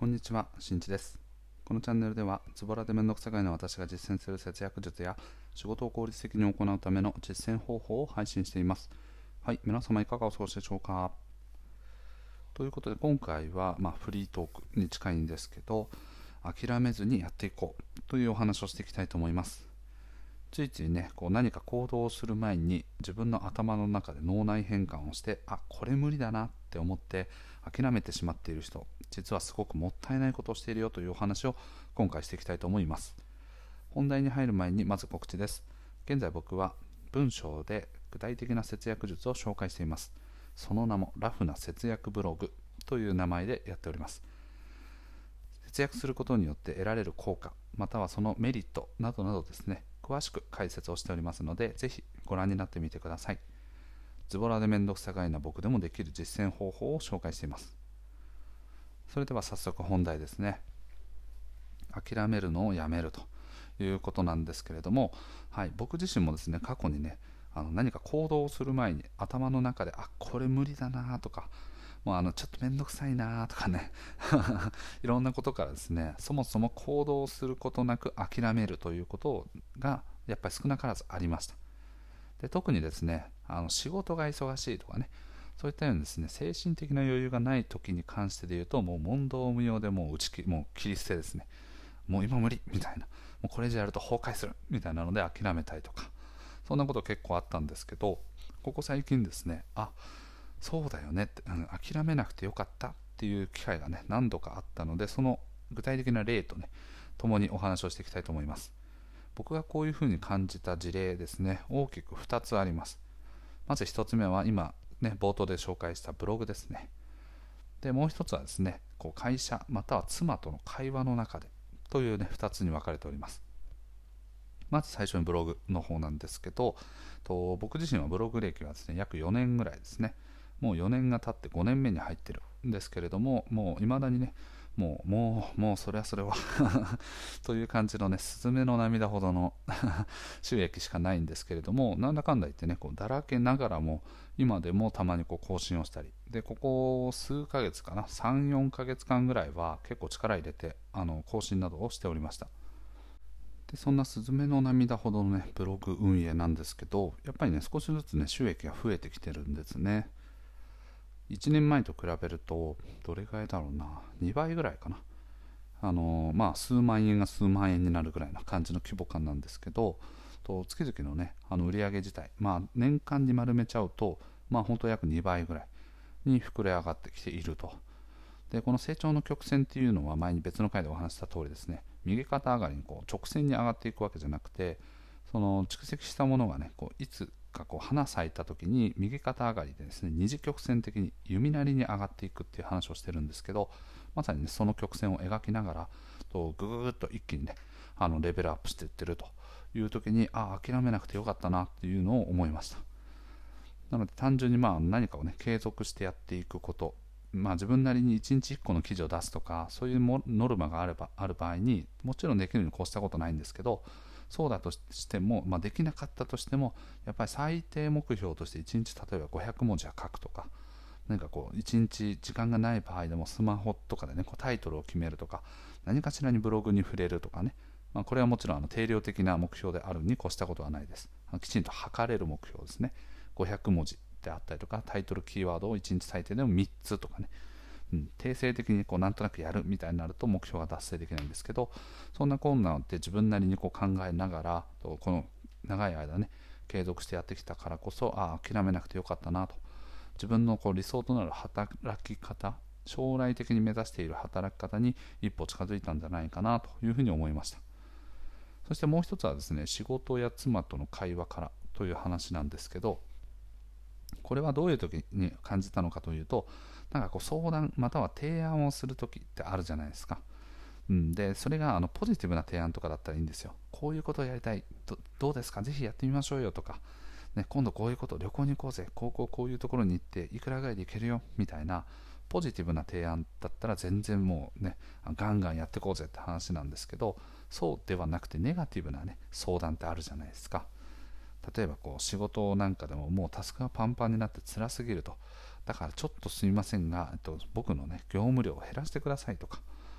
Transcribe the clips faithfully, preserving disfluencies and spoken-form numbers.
こんにちは、しんいちです。このチャンネルでは、ズボラでめんどくさがいの私が実践する節約術や仕事を効率的に行うための実践方法を配信しています。はい、皆様いかがお過ごしでしょうか。ということで、今回は、まあ、フリートークに近いんですけど、諦めずにやっていこうというお話をしていきたいと思います。ついついね、こう何か行動をする前に自分の頭の中で脳内変換をして、あ、これ無理だなって思って諦めてしまっている人、実はすごくもったいないことをしているよというお話を今回していきたいと思います。本題に入る前にまず告知です。現在僕は文章で具体的な節約術を紹介しています。その名もラフな節約ブログという名前でやっております。節約することによって得られる効果、またはそのメリットなどなどですね、詳しく解説をしておりますので、ぜひご覧になってみてください。ズボラでめんどくさがいな僕でもできる実践方法を紹介しています。それでは早速本題ですね。諦めるのをやめるということなんですけれども、はい、僕自身もですね、過去にね、あの何か行動をする前に頭の中で、あ、これ無理だなとか、もうあのちょっとめんどくさいなとかねいろんなことからですね、そもそも行動することなく諦めるということがやっぱり少なからずありました。で、特にですね、あの仕事が忙しいとかね、そういったようにですね、精神的な余裕がない時に関してで言うと、もう問答無用でもう打ち切り、もう切り捨てですね、もう今無理みたいな、もうこれ以上やると崩壊するみたいなので諦めたりとか、そんなこと結構あったんですけど、ここ最近ですね、あ、そうだよねって、うん、諦めなくてよかったっていう機会がね、何度かあったので、その具体的な例とね、共にお話をしていきたいと思います。僕がこういうふうに感じた事例ですね、大きくふたつあります。まずひとつめは今、ね、冒頭で紹介したブログですね。で、もう一つはですね、こう会社または妻との会話の中でというね、ふたつに分かれております。まず最初にブログの方なんですけど、と僕自身はブログ歴はですね、約よねんぐらいですね。もうよねんが経ってごねんめに入ってるんですけれども、もう未だにね、もう、もう、もうそれはそれはという感じのね、スズメの涙ほどの収益しかないんですけれども、なんだかんだ言ってね、こうだらけながらも、今でもたまにこう更新をしたり、で、ここ数ヶ月かな、さん、よんかげつかんぐらいは結構力入れて、あの更新などをしておりました。で、そんなスズメの涙ほどのね、ブログ運営なんですけど、やっぱりね、少しずつね、収益が増えてきてるんですね。いちねんまえと比べると、どれぐらいだろうな、にばいぐらいかな。あのーまあ、数万円が数万円になるぐらいな感じの規模感なんですけど、と月々のね、あの売上自体、まあ、年間に丸めちゃうと、まあ、本当約にばいぐらいに膨れ上がってきていると。で、この成長の曲線っていうのは前に別の回でお話した通りですね、右肩上がりにこう直線に上がっていくわけじゃなくて、その蓄積したものがね、こういつかこう花咲いた時に右肩上がりでですね、二次曲線的に弓なりに上がっていくっていう話をしてるんですけど、まさに、ね、その曲線を描きながらとぐぐぐっと一気にね、あのレベルアップしていってるという時に、ああ、諦めなくてよかったなっていうのを思いました。なので単純にまあ何かをね、継続してやっていくこと、まあ、自分なりにいちにちいっこの記事を出すとか、そういうもノルマがあればある場合にもちろんできるに越したことないんですけど、そうだとしても、まあ、できなかったとしても、やっぱり最低目標としていちにち例えばごひゃくもじは書くとか、何かこういちにち時間がない場合でもスマホとかでね、こうタイトルを決めるとか、何かしらにブログに触れるとかね、まあ、これはもちろんあの定量的な目標であるに越したことはないです。あのきちんと測れる目標ですね。ごひゃくもじであったりとか、タイトルキーワードをいちにち最低でもみっつとかね、うん、定性的にこうなんとなくやるみたいになると目標が達成できないんですけど、そんな困難って自分なりにこう考えながら、この長い間ね、継続してやってきたからこそ、ああ、諦めなくてよかったなと、自分のこう理想となる働き方、将来的に目指している働き方に一歩近づいたんじゃないかなというふうに思いました。そしてもう一つはですね、仕事や妻との会話からという話なんですけど、これはどういう時に感じたのかというと、なんかこう相談または提案をする時ってあるじゃないですか。うん、でそれがあのポジティブな提案とかだったらいいんですよ。こういうことをやりたい、 ど, どうですか、ぜひやってみましょうよとか、ね、今度こういうこと、旅行に行こうぜ、こうこうこういうところに行っていくらぐらいで行けるよみたいなポジティブな提案だったら全然もうね、ガンガンやっていこうぜって話なんですけど、そうではなくてネガティブなね相談ってあるじゃないですか。例えばこう仕事なんかでももうタスクがパンパンになって辛すぎると、だからちょっとすみませんが、えっと、僕のね業務量を減らしてくださいとか、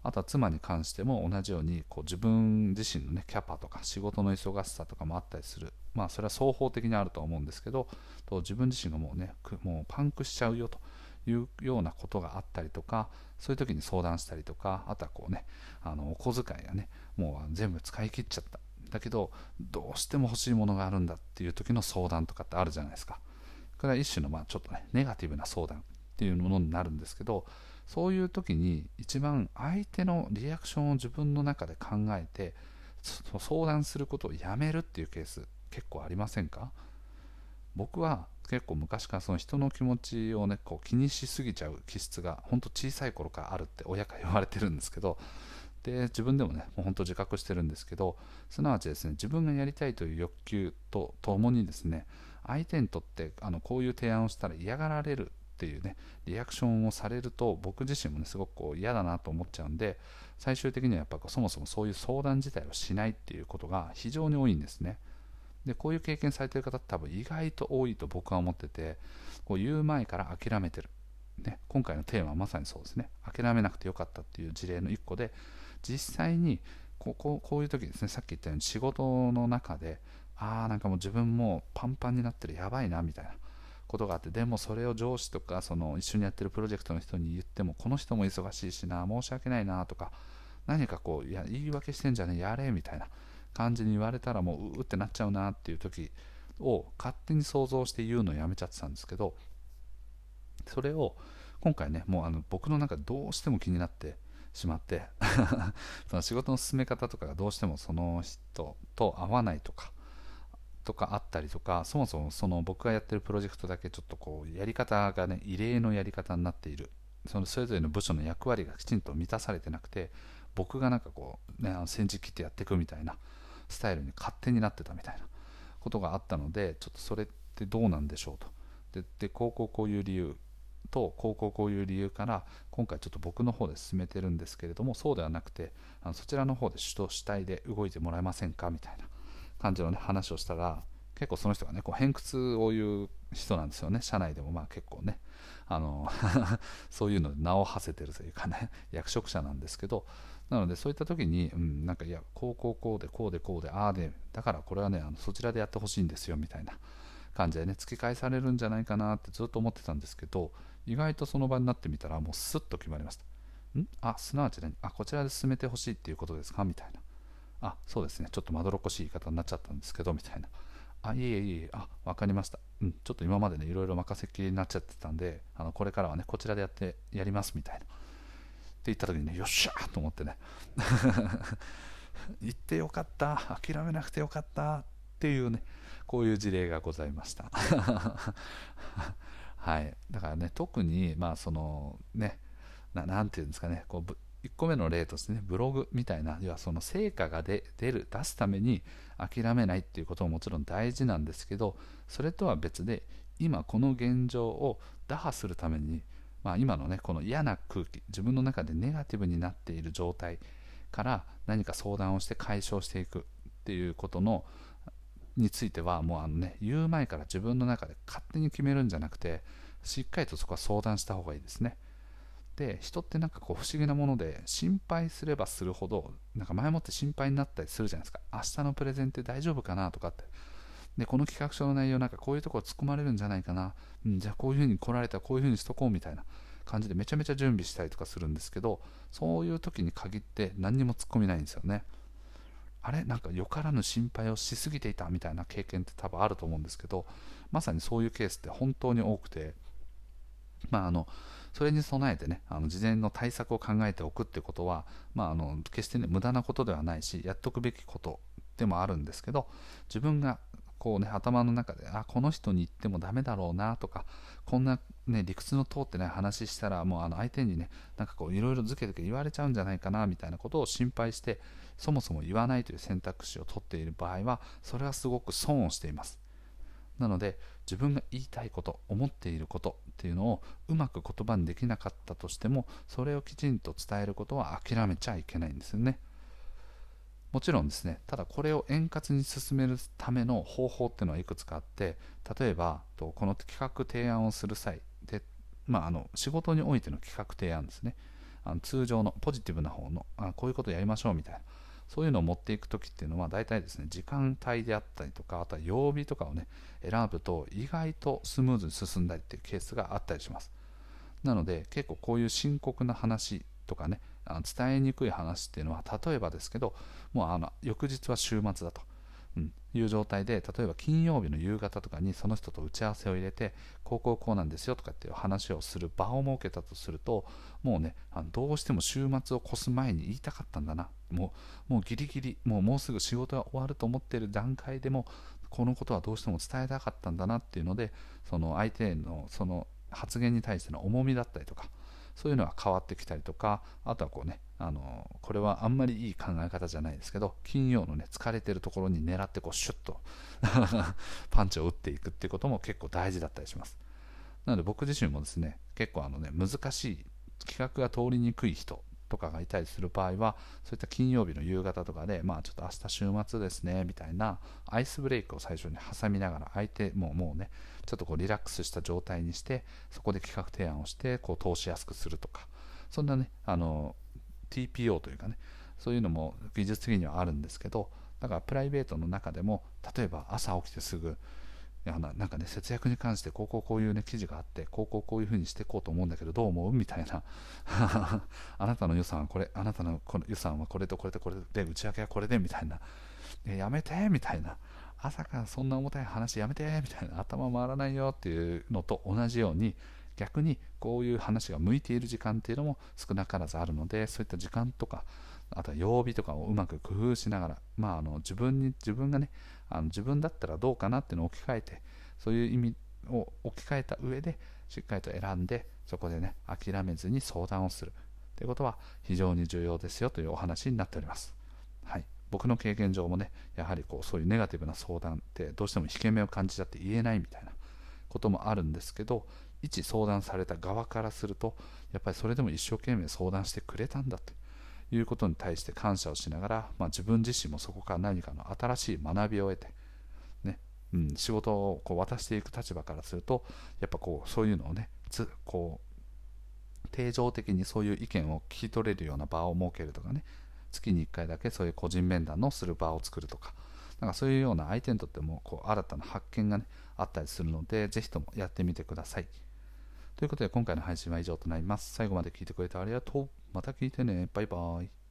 あとは妻に関しても同じようにこう自分自身の、ね、キャパとか仕事の忙しさとかもあったりする。まあそれは双方的にあるとは思うんですけど、と自分自身がもうねもうパンクしちゃうよというようなことがあったりとか、そういう時に相談したりとか、あとはこうねあのお小遣いがねもう全部使い切っちゃった、だけどどうしても欲しいものがあるんだっていう時の相談とかってあるじゃないですか。これは一種のまあちょっとねネガティブな相談っていうものになるんですけど、そういう時に一番相手のリアクションを自分の中で考えて相談することをやめるっていうケース結構ありませんか？僕は結構昔からその人の気持ちをねこう気にしすぎちゃう気質が本当小さい頃からあるって親から言われてるんですけど、で自分でもねもう本当自覚してるんですけど、すなわちですね自分がやりたいという欲求とともにですね、相手にとってあのこういう提案をしたら嫌がられるっていうねリアクションをされると、僕自身もねすごくこう嫌だなと思っちゃうんで、最終的にはやっぱそもそもそういう相談自体をしないっていうことが非常に多いんですね。でこういう経験されている方って多分意外と多いと僕は思ってて、こう言う前から諦めてる、ね、今回のテーマはまさにそうですね。諦めなくてよかったっていう事例の一個で、実際にこうこうこういう時ですね、さっき言ったように仕事の中でああなんかもう自分もうパンパンになってるやばいなみたいなことがあって、でもそれを上司とかその一緒にやってるプロジェクトの人に言ってもこの人も忙しいしな申し訳ないなとか、何かこういや言い訳してんじゃねえやれみたいな感じに言われたらもううってなっちゃうなっていう時を勝手に想像して言うのをやめちゃってたんですけど、それを今回ねもうあの僕の中でどうしても気になってしまってその仕事の進め方とかがどうしてもその人と合わないとかとかあったりとか、そもそもその僕がやってるプロジェクトだけちょっとこうやり方がね異例のやり方になっている、そのそれぞれの部署の役割がきちんと満たされてなくて、僕がなんかこうね先陣切ってやっていくみたいなスタイルに勝手になってたみたいなことがあったので、ちょっとそれってどうなんでしょうと。で、でこうこうこういう理由とこうこうこういう理由から今回ちょっと僕の方で進めてるんですけれども、そうではなくてあのそちらの方で主導主体で動いてもらえませんかみたいな感じの、ね、話をしたら、結構その人がねこう偏屈を言う人なんですよね。社内でもまあ結構ねあのそういうので名を馳せてるというかね役職者なんですけど、なのでそういった時に、うん、なんかいやこうこうこうでこうでこうでああでだからこれはねあのそちらでやってほしいんですよみたいな感じでね突き返されるんじゃないかなってずっと思ってたんですけど、意外とその場になってみたらもうスッと決まりました。んあすなわちねあこちらで進めてほしいっていうことですかみたいな、あそうですねちょっとまどろっこしい言い方になっちゃったんですけどみたいな、あいえいえいえあ分かりました、うん、ちょっと今までねいろいろ任せっきりになっちゃってたんであのこれからはねこちらでやってやりますみたいなって言った時にねよっしゃーと思ってね言ってよかった諦めなくてよかったっていうねこういう事例がございましたはいだからね特にまあそのねななんていうんですかねこういっこめの例としてねブログみたいな要はその成果が出る出すために諦めないっていうことももちろん大事なんですけど、それとは別で今この現状を打破するために、まあ、今のねこの嫌な空気自分の中でネガティブになっている状態から何か相談をして解消していくっていうことのについてはもうあのね言う前から自分の中で勝手に決めるんじゃなくて、しっかりとそこは相談した方がいいですね。で人ってなんかこう不思議なもので、心配すればするほどなんか前もって心配になったりするじゃないですか。明日のプレゼンって大丈夫かなとかって、でこの企画書の内容なんかこういうところ突っ込まれるんじゃないかな、うん、じゃあこういうふうに来られたらこういうふうにしとこうみたいな感じでめちゃめちゃ準備したりとかするんですけど、そういう時に限って何にも突っ込みないんですよね。あれなんかよからぬ心配をしすぎていたみたいな経験って多分あると思うんですけど、まさにそういうケースって本当に多くて、まあ、あのそれに備えてねあの事前の対策を考えておくってことは、まあ、あの決して、ね、無駄なことではないしやっとくべきことでもあるんですけど、自分がこう、ね、頭の中であこの人に言ってもダメだろうなとか、こんな、ね、理屈の通ってない話したらもうあの相手にねなんかこういろいろずけずけ言われちゃうんじゃないかなみたいなことを心配してそもそも言わないという選択肢を取っている場合は、それはすごく損をしています。なので自分が言いたいこと思っていることっていうのをうまく言葉にできなかったとしても、それをきちんと伝えることは諦めちゃいけないんですよね。もちろんですね、ただこれを円滑に進めるための方法っていうのはいくつかあって、例えばこの企画提案をする際で、まあ、あの仕事においての企画提案ですね。 あの通常のポジティブな方のあこういうことやりましょうみたいな、そういうのを持っていくときっていうのは大体ですね、時間帯であったりとか、あとは曜日とかをね選ぶと意外とスムーズに進んだりっていうケースがあったりします。なので結構こういう深刻な話とかね、あの伝えにくい話っていうのは、例えばですけど、もうあの翌日は週末だと、うん、いう状態で、例えば金曜日の夕方とかにその人と打ち合わせを入れて、こうこうこうなんですよとかっていう話をする場を設けたとすると、もうね、あのどうしても週末を越す前に言いたかったんだな、もうもうギリギリ、もうもうすぐ仕事が終わると思っている段階でもこのことはどうしても伝えたかったんだなっていうので、その相手のその発言に対しての重みだったりとか、そういうのが変わってきたりとか、あとはこうね、あのこれはあんまりいい考え方じゃないですけど、金曜のね疲れてるところに狙ってこうシュッとパンチを打っていくっていうことも結構大事だったりします。なので僕自身もですね、結構あのね難しい企画が通りにくい人とかがいたりする場合は、そういった金曜日の夕方とかで、まあちょっと明日週末ですねみたいなアイスブレイクを最初に挟みながら、相手ももうねちょっとこうリラックスした状態にして、そこで企画提案をしてこう通しやすくするとか、そんなねあの ティーピーオー というかね、そういうのも技術的にはあるんですけど、だからプライベートの中でも、例えば朝起きてすぐ、いやななんかね節約に関してこうこうこういうね記事があって、こうこうこういうふうにしていこうと思うんだけどどう思うみたいなあなたの予算はこれ、あなたのこの予算はこれとこれとこれで、内訳はこれでみたいな、えやめてみたいな、朝からそんな重たい話やめてみたいな、頭回らないよっていうのと同じように、逆にこういう話が向いている時間っていうのも少なからずあるので、そういった時間とか、あとは曜日とかをうまく工夫しながら、まあ、あの自分に自分がね、あの自分だったらどうかなっていうのを置き換えて、そういう意味を置き換えた上でしっかりと選んで、そこでね諦めずに相談をするということは非常に重要ですよというお話になっております。はい、僕の経験上もね、やはりこうそういうネガティブな相談ってどうしても引け目を感じちゃって言えないみたいなこともあるんですけど、一相談された側からすると、やっぱりそれでも一生懸命相談してくれたんだということに対して感謝をしながら、まあ、自分自身もそこから何かの新しい学びを得て、ねうん、仕事をこう渡していく立場からすると、やっぱこうそういうのをねつこう定常的にそういう意見を聞き取れるような場を設けるとかね、月にいっかいだけそういう個人面談のする場を作るとか、なんかそういうような相手にとってもこう新たな発見が、ね、あったりするので、ぜひともやってみてください。ということで今回の配信は以上となります。最後まで聞いてくれてありがとう。また聞いてね。バイバイ。